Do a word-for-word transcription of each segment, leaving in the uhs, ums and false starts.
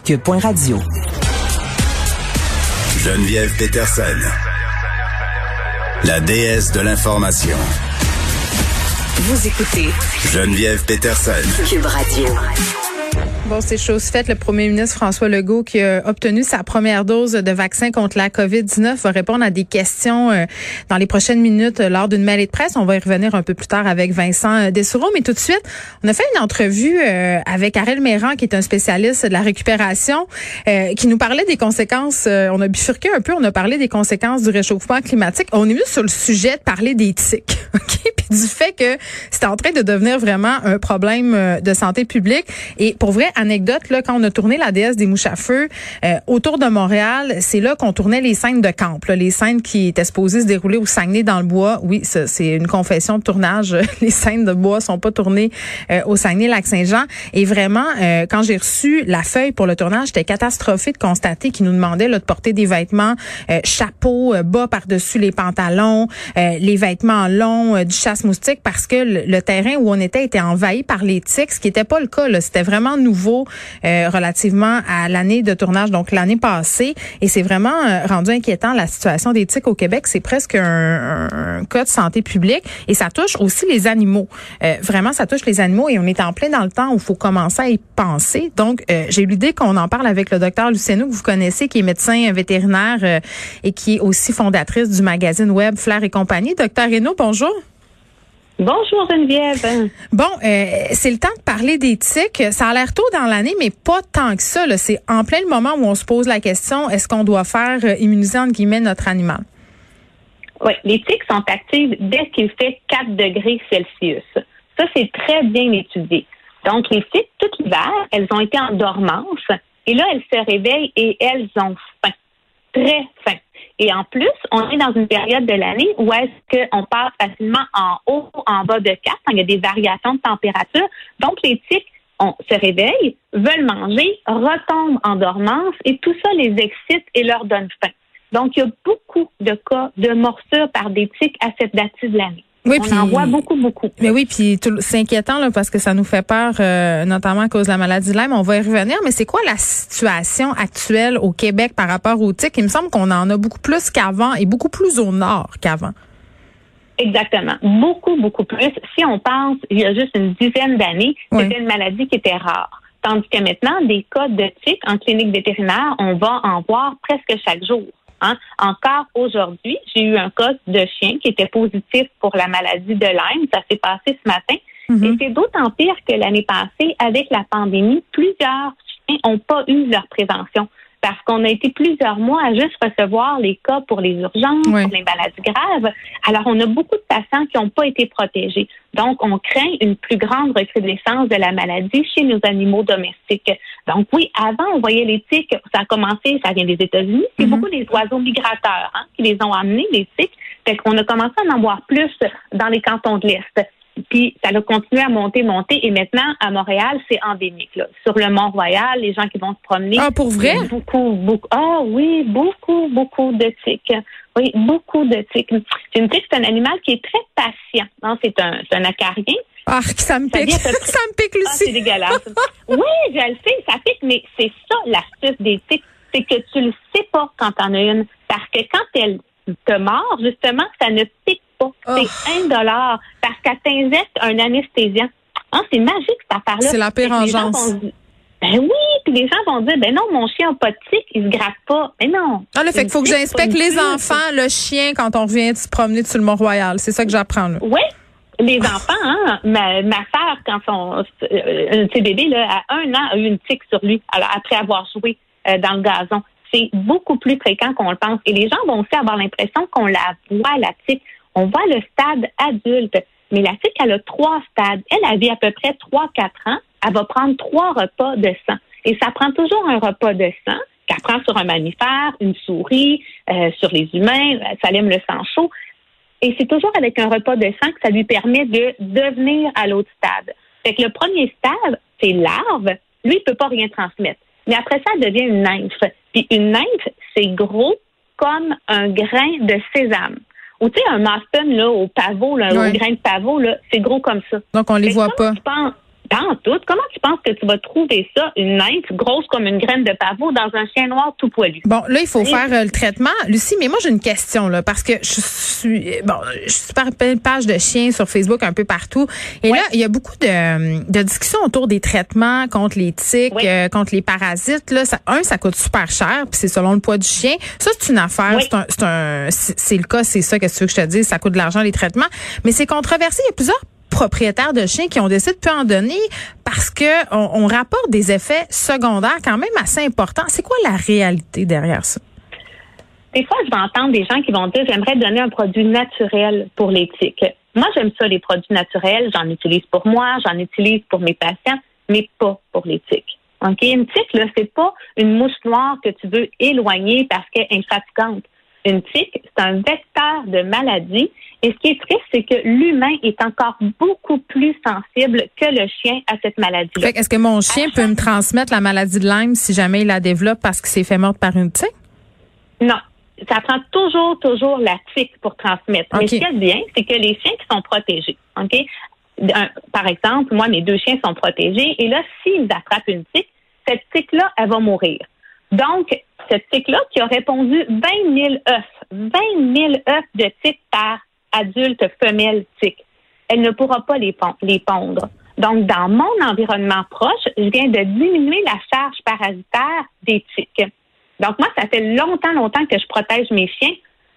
cube point radio. Geneviève Peterson, la déesse de l'information. Vous écoutez Geneviève Peterson, Cube Radio. Bon, c'est chose faite. Le premier ministre François Legault, qui a obtenu sa première dose de vaccin contre la covid dix-neuf, va répondre à des questions euh, dans les prochaines minutes euh, lors d'une mêlée de presse. On va y revenir un peu plus tard avec Vincent Dessoureau. Mais tout de suite, on a fait une entrevue euh, avec Ariel Meyrand, qui est un spécialiste de la récupération, euh, qui nous parlait des conséquences. Euh, on a bifurqué un peu. On a parlé des conséquences du réchauffement climatique. On est venu sur le sujet de parler des tiques, ok, puis du fait que c'est en train de devenir vraiment un problème euh, de santé publique. Et pour vrai, anecdote, là, quand on a tourné la déesse des mouches à feu euh, autour de Montréal, c'est là qu'on tournait les scènes de camp, là, les scènes qui étaient supposées se dérouler au Saguenay dans le bois. Oui, ça, c'est une confession de tournage. Les scènes de bois sont pas tournées euh, au Saguenay-Lac-Saint-Jean. Et vraiment, euh, quand j'ai reçu la feuille pour le tournage, j'étais catastrophée de constater qu'ils nous demandaient là, de porter des vêtements euh, chapeau, euh, bas par-dessus les pantalons, euh, les vêtements longs, euh, du chasse-moustique, parce que le, le terrain où on était était envahi par les tiques, ce qui n'était pas le cas, là. C'était vraiment nouveau Euh, relativement à l'année de tournage, donc l'année passée. Et c'est vraiment euh, rendu inquiétant la situation des tiques au Québec. C'est presque un, un, un cas de santé publique. Et ça touche aussi les animaux. Euh, vraiment, ça touche les animaux. Et on est en plein dans le temps où il faut commencer à y penser. Donc, euh, j'ai eu l'idée qu'on en parle avec le docteur Luceno, que vous connaissez, qui est médecin vétérinaire euh, et qui est aussi fondatrice du magazine web Flair et compagnie. Docteur Reynaud, bonjour. Bonjour Geneviève. Bon, euh, c'est le temps de parler des tiques. Ça a l'air tôt dans l'année, mais pas tant que ça, là. C'est en plein le moment où on se pose la question, est-ce qu'on doit faire euh, immuniser, entre guillemets, notre animal? Oui, les tiques sont actives dès qu'il fait quatre degrés Celsius. Ça, c'est très bien étudié. Donc, les tiques, tout l'hiver, elles ont été en dormance et là, elles se réveillent et elles ont faim. Très faim. Et en plus, on est dans une période de l'année où est-ce qu'on passe facilement en haut, en bas de quatre, quand il y a des variations de température. Donc, les tiques on se réveillent, veulent manger, retombent en dormance et tout ça les excite et leur donne faim. Donc, il y a beaucoup de cas de morsures par des tiques à cette date-ci de l'année. Oui, on puis, en voit beaucoup, beaucoup. Mais oui, puis c'est inquiétant là, parce que ça nous fait peur, euh, notamment à cause de la maladie de Lyme. On va y revenir, mais c'est quoi la situation actuelle au Québec par rapport aux tiques? Il me semble qu'on en a beaucoup plus qu'avant et beaucoup plus au nord qu'avant. Exactement. Beaucoup, beaucoup plus. Si on pense, il y a juste une dizaine d'années, oui. C'était une maladie qui était rare. Tandis que maintenant, des cas de tiques en clinique vétérinaire, on va en voir presque chaque jour. Hein? Encore aujourd'hui, j'ai eu un cas de chien qui était positif pour la maladie de Lyme. Ça s'est passé ce matin. Mm-hmm. Et c'est d'autant pire que l'année passée, avec la pandémie, plusieurs chiens n'ont pas eu leur prévention. Parce qu'on a été plusieurs mois à juste recevoir les cas pour les urgences, oui. pour les maladies graves. Alors, on a beaucoup de patients qui n'ont pas été protégés. Donc, on craint une plus grande recrudescence de la maladie chez nos animaux domestiques. Donc, oui, avant, on voyait les tiques, ça a commencé, ça vient des États-Unis, c'est mm-hmm. beaucoup des oiseaux migrateurs hein, qui les ont amenés, les tiques. Fait qu'on a commencé à en voir plus dans les cantons de l'Est. Puis, ça a continué à monter, monter. Et maintenant, à Montréal, c'est endémique. Là. Sur le Mont-Royal, les gens qui vont se promener. Ah, pour vrai? Beaucoup, beaucoup. Ah oui, beaucoup, beaucoup de tiques. Oui, beaucoup de tiques. Une tique, c'est un animal qui est très patient. Non, c'est un, c'est un acarien. Ah, ça me pique. Ça, ça me pique, Lucie. Ah, c'est dégueulasse. Oui, je le sais, ça pique, mais c'est ça, l'astuce des tiques. C'est que tu le sais pas quand t'en as une. Parce que quand elle te mord, justement, ça ne pique pas. Oh. C'est indolore parce qu'elle t'injecte un anesthésiant. Ah, c'est magique, cette affaire-là. C'est la pire engeance. Ben oui, puis les gens vont dire, ben non, mon chien n'a pas de tique, il se gratte pas. Mais non. Ah, là, fait qu'il faut que j'inspecte les enfants, le chien, quand on revient de se promener sur le Mont-Royal. C'est ça que j'apprends, là. Oui. Les enfants, hein, ma, ma sœur, quand son, euh, ses bébés, là, à un an, a eu une tique sur lui, alors, après avoir joué euh, dans le gazon. C'est beaucoup plus fréquent qu'on le pense. Et les gens vont aussi avoir l'impression qu'on la voit, la tique. On voit le stade adulte. Mais la tique, elle a trois stades. Elle, elle vit à peu près trois quatre ans. Elle va prendre trois repas de sang. Et ça prend toujours un repas de sang qu'elle prend sur un mammifère, une souris, euh, sur les humains. Ça aime le sang chaud. Et c'est toujours avec un repas de sang que ça lui permet de devenir à l'autre stade. Fait que le premier stade, c'est larve. Lui, il peut pas rien transmettre. Mais après ça, elle devient une nymphe. Puis une nymphe, c'est gros comme un grain de sésame. Ou tu sais, un muffin là, au pavot, là, oui. au grain de pavot, là, c'est gros comme ça. Donc, on les voit pas. Penses, Dans tout, comment tu penses que tu vas trouver ça, une nymphe grosse comme une graine de pavot dans un chien noir tout poilu? Bon, là, il faut Et... faire euh, le traitement. Lucie, mais moi, j'ai une question, là, parce que je suis, bon, je suis par une page de chiens sur Facebook un peu partout. Et ouais. là, il y a beaucoup de, de discussions autour des traitements contre les tiques, oui. euh, contre les parasites. Là, ça, un, ça coûte super cher, puis c'est selon le poids du chien. Ça, c'est une affaire. Oui. C'est un, c'est un, c'est, c'est le cas, c'est ça, qu'est-ce que tu veux que je te dise? Ça coûte de l'argent, les traitements. Mais c'est controversé. Il y a plusieurs propriétaires de chiens qui ont décidé de plus en donner parce que on, on rapporte des effets secondaires quand même assez importants. C'est quoi la réalité derrière ça? Des fois, je vais entendre des gens qui vont dire « J'aimerais donner un produit naturel pour les tiques ». Moi, j'aime ça, les produits naturels. J'en utilise pour moi, j'en utilise pour mes patients, mais pas pour les tiques. OK? Une tique, là, c'est pas une mouche noire que tu veux éloigner parce qu'elle est infatigante. Une tique, c'est un vecteur de maladie. Et ce qui est triste, c'est que l'humain est encore beaucoup plus sensible que le chien à cette maladie-là. Fait, est-ce que mon chien à peut chaque... me transmettre la maladie de Lyme si jamais il la développe parce qu'il s'est fait mordre par une tique? Non. Ça prend toujours, toujours la tique pour transmettre. Okay. Mais ce qui est bien, c'est que les chiens qui sont protégés, OK? Un, par exemple, moi, mes deux chiens sont protégés. Et là, s'ils attrapent une tique, cette tique-là, elle va mourir. Donc, cette tique-là qui a répondu vingt mille œufs, vingt mille œufs de tique par adulte femelle tique, elle ne pourra pas les, pon- les pondre. Donc, dans mon environnement proche, je viens de diminuer la charge parasitaire des tiques. Donc, moi, ça fait longtemps, longtemps que je protège mes chiens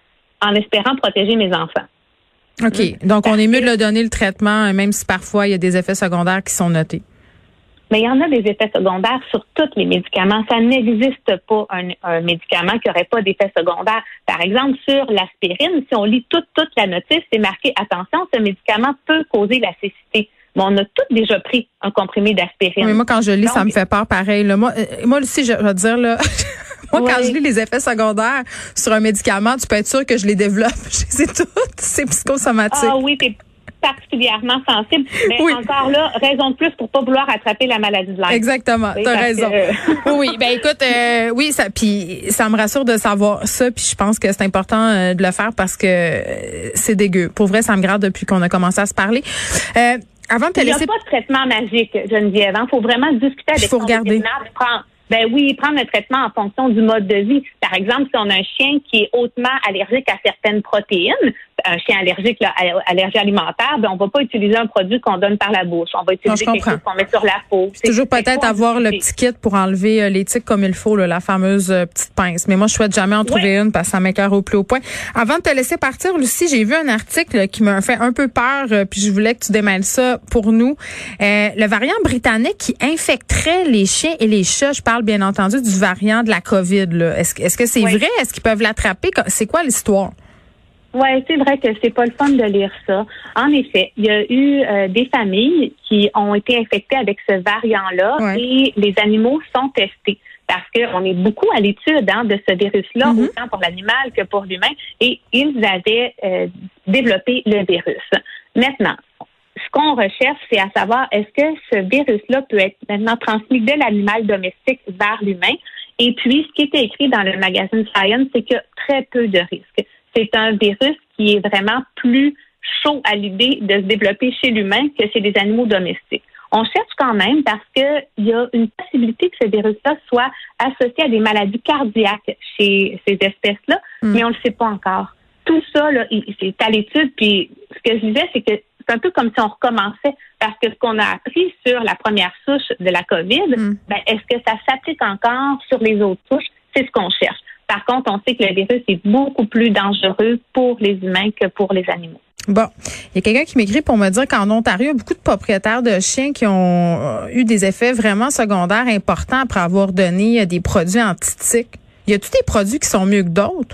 en espérant protéger mes enfants. OK. Mmh. Donc, on est mieux de leur donner le traitement, même si parfois il y a des effets secondaires qui sont notés. Mais il y en a des effets secondaires sur tous les médicaments. Ça n'existe pas un, un médicament qui n'aurait pas d'effets secondaires. Par exemple, sur l'aspirine, si on lit toute, toute la notice, c'est marqué « Attention, ce médicament peut causer la cécité ». Mais on a tous déjà pris un comprimé d'aspirine. Oui, moi, quand je lis, Donc, ça me fait peur pareil. Là. Moi, euh, moi aussi, je vais dire, là, moi, oui. quand je lis les effets secondaires sur un médicament, tu peux être sûr que je les développe. Je les ai toutes. C'est psychosomatique. Ah oui, t'es particulièrement sensible. Mais oui. encore là, raison de plus pour pas vouloir attraper la maladie de Lyme. Exactement, tu as raison. Que... oui, ben écoute, euh, oui, ça, puis ça me rassure de savoir ça, puis je pense que c'est important euh, de le faire parce que euh, c'est dégueu. Pour vrai, ça me gratte depuis qu'on a commencé à se parler. Euh, avant de te Il n'y laisser... a pas de traitement magique, Geneviève. Il faut vraiment discuter avec son vétérinaire. Ben oui, prendre le traitement en fonction du mode de vie. Par exemple, si on a un chien qui est hautement allergique à certaines protéines, un chien allergique, là, allergie alimentaire, ben on va pas utiliser un produit qu'on donne par la bouche. On va utiliser non, quelque chose qu'on met sur la peau. C'est toujours peut-être avoir le petit kit pour enlever euh, les tiques comme il faut, là, la fameuse euh, petite pince. Mais moi, je souhaite jamais en trouver ouais. une parce que ça m'écoeure au plus haut point. Avant de te laisser partir, Lucie, j'ai vu un article là, qui m'a fait un peu peur, euh, puis je voulais que tu démêles ça pour nous. Euh, le variant britannique qui infecterait les chiens et les chats, je parle bien entendu du variant de la COVID. Là. Est-ce, est-ce que c'est oui. vrai? Est-ce qu'ils peuvent l'attraper? C'est quoi l'histoire? Oui, c'est vrai que c'est pas le fun de lire ça. En effet, il y a eu euh, des familles qui ont été infectées avec ce variant-là ouais. et les animaux sont testés parce qu'on est beaucoup à l'étude hein, de ce virus-là, mm-hmm. autant pour l'animal que pour l'humain, et ils avaient euh, développé le virus. Maintenant, ce qu'on recherche, c'est à savoir est-ce que ce virus-là peut être maintenant transmis de l'animal domestique vers l'humain. Et puis, ce qui était écrit dans le magazine Science, c'est qu'il y a très peu de risques. C'est un virus qui est vraiment plus chaud à l'idée de se développer chez l'humain que chez les animaux domestiques. On cherche quand même parce qu'il y a une possibilité que ce virus-là soit associé à des maladies cardiaques chez ces espèces-là, mm. mais on ne le sait pas encore. Tout ça, là, c'est à l'étude, puis ce que je disais, c'est que c'est un peu comme si on recommençait, parce que ce qu'on a appris sur la première souche de la COVID, mm. ben, est-ce que ça s'applique encore sur les autres souches? C'est ce qu'on cherche. Par contre, on sait que le virus est beaucoup plus dangereux pour les humains que pour les animaux. Bon, il y a quelqu'un qui m'écrit pour me dire qu'en Ontario, il y a beaucoup de propriétaires de chiens qui ont eu des effets vraiment secondaires importants après avoir donné des produits anti-tiques. Y a-t-il des produits qui sont mieux que d'autres?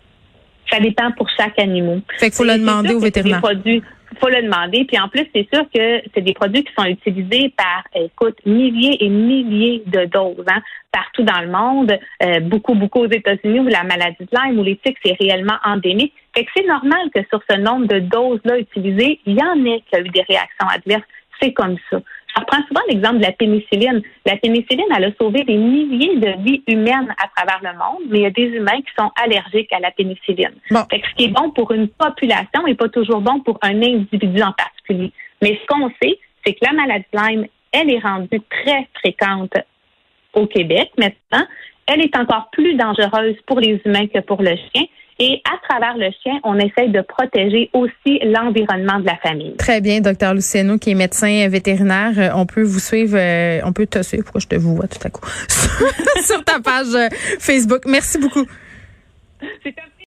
Ça dépend pour chaque animal. Fait qu'il faut le demander au vétérinaire. Il faut le demander. Puis en plus, c'est sûr que c'est des produits qui sont utilisés par, écoute, milliers et milliers de doses, hein, partout dans le monde, euh, beaucoup, beaucoup aux États-Unis où la maladie de Lyme, où les tiques, c'est réellement endémique. Fait que c'est normal que sur ce nombre de doses-là utilisées, il y en ait qui a eu des réactions adverses. C'est comme ça. Je reprends souvent l'exemple de la pénicilline. La pénicilline, elle a sauvé des milliers de vies humaines à travers le monde, mais il y a des humains qui sont allergiques à la pénicilline. Bon. Fait que ce qui est bon pour une population n'est pas toujours bon pour un individu en particulier. Mais ce qu'on sait, c'est que la maladie de Lyme, elle est rendue très fréquente au Québec maintenant. Elle est encore plus dangereuse pour les humains que pour le chien. Et à travers le chien, on essaye de protéger aussi l'environnement de la famille. Très bien, docteur Luciano, qui est médecin vétérinaire. On peut vous suivre, on peut te suivre. Pourquoi je te vois tout à coup sur ta page Facebook. Merci beaucoup. C'est un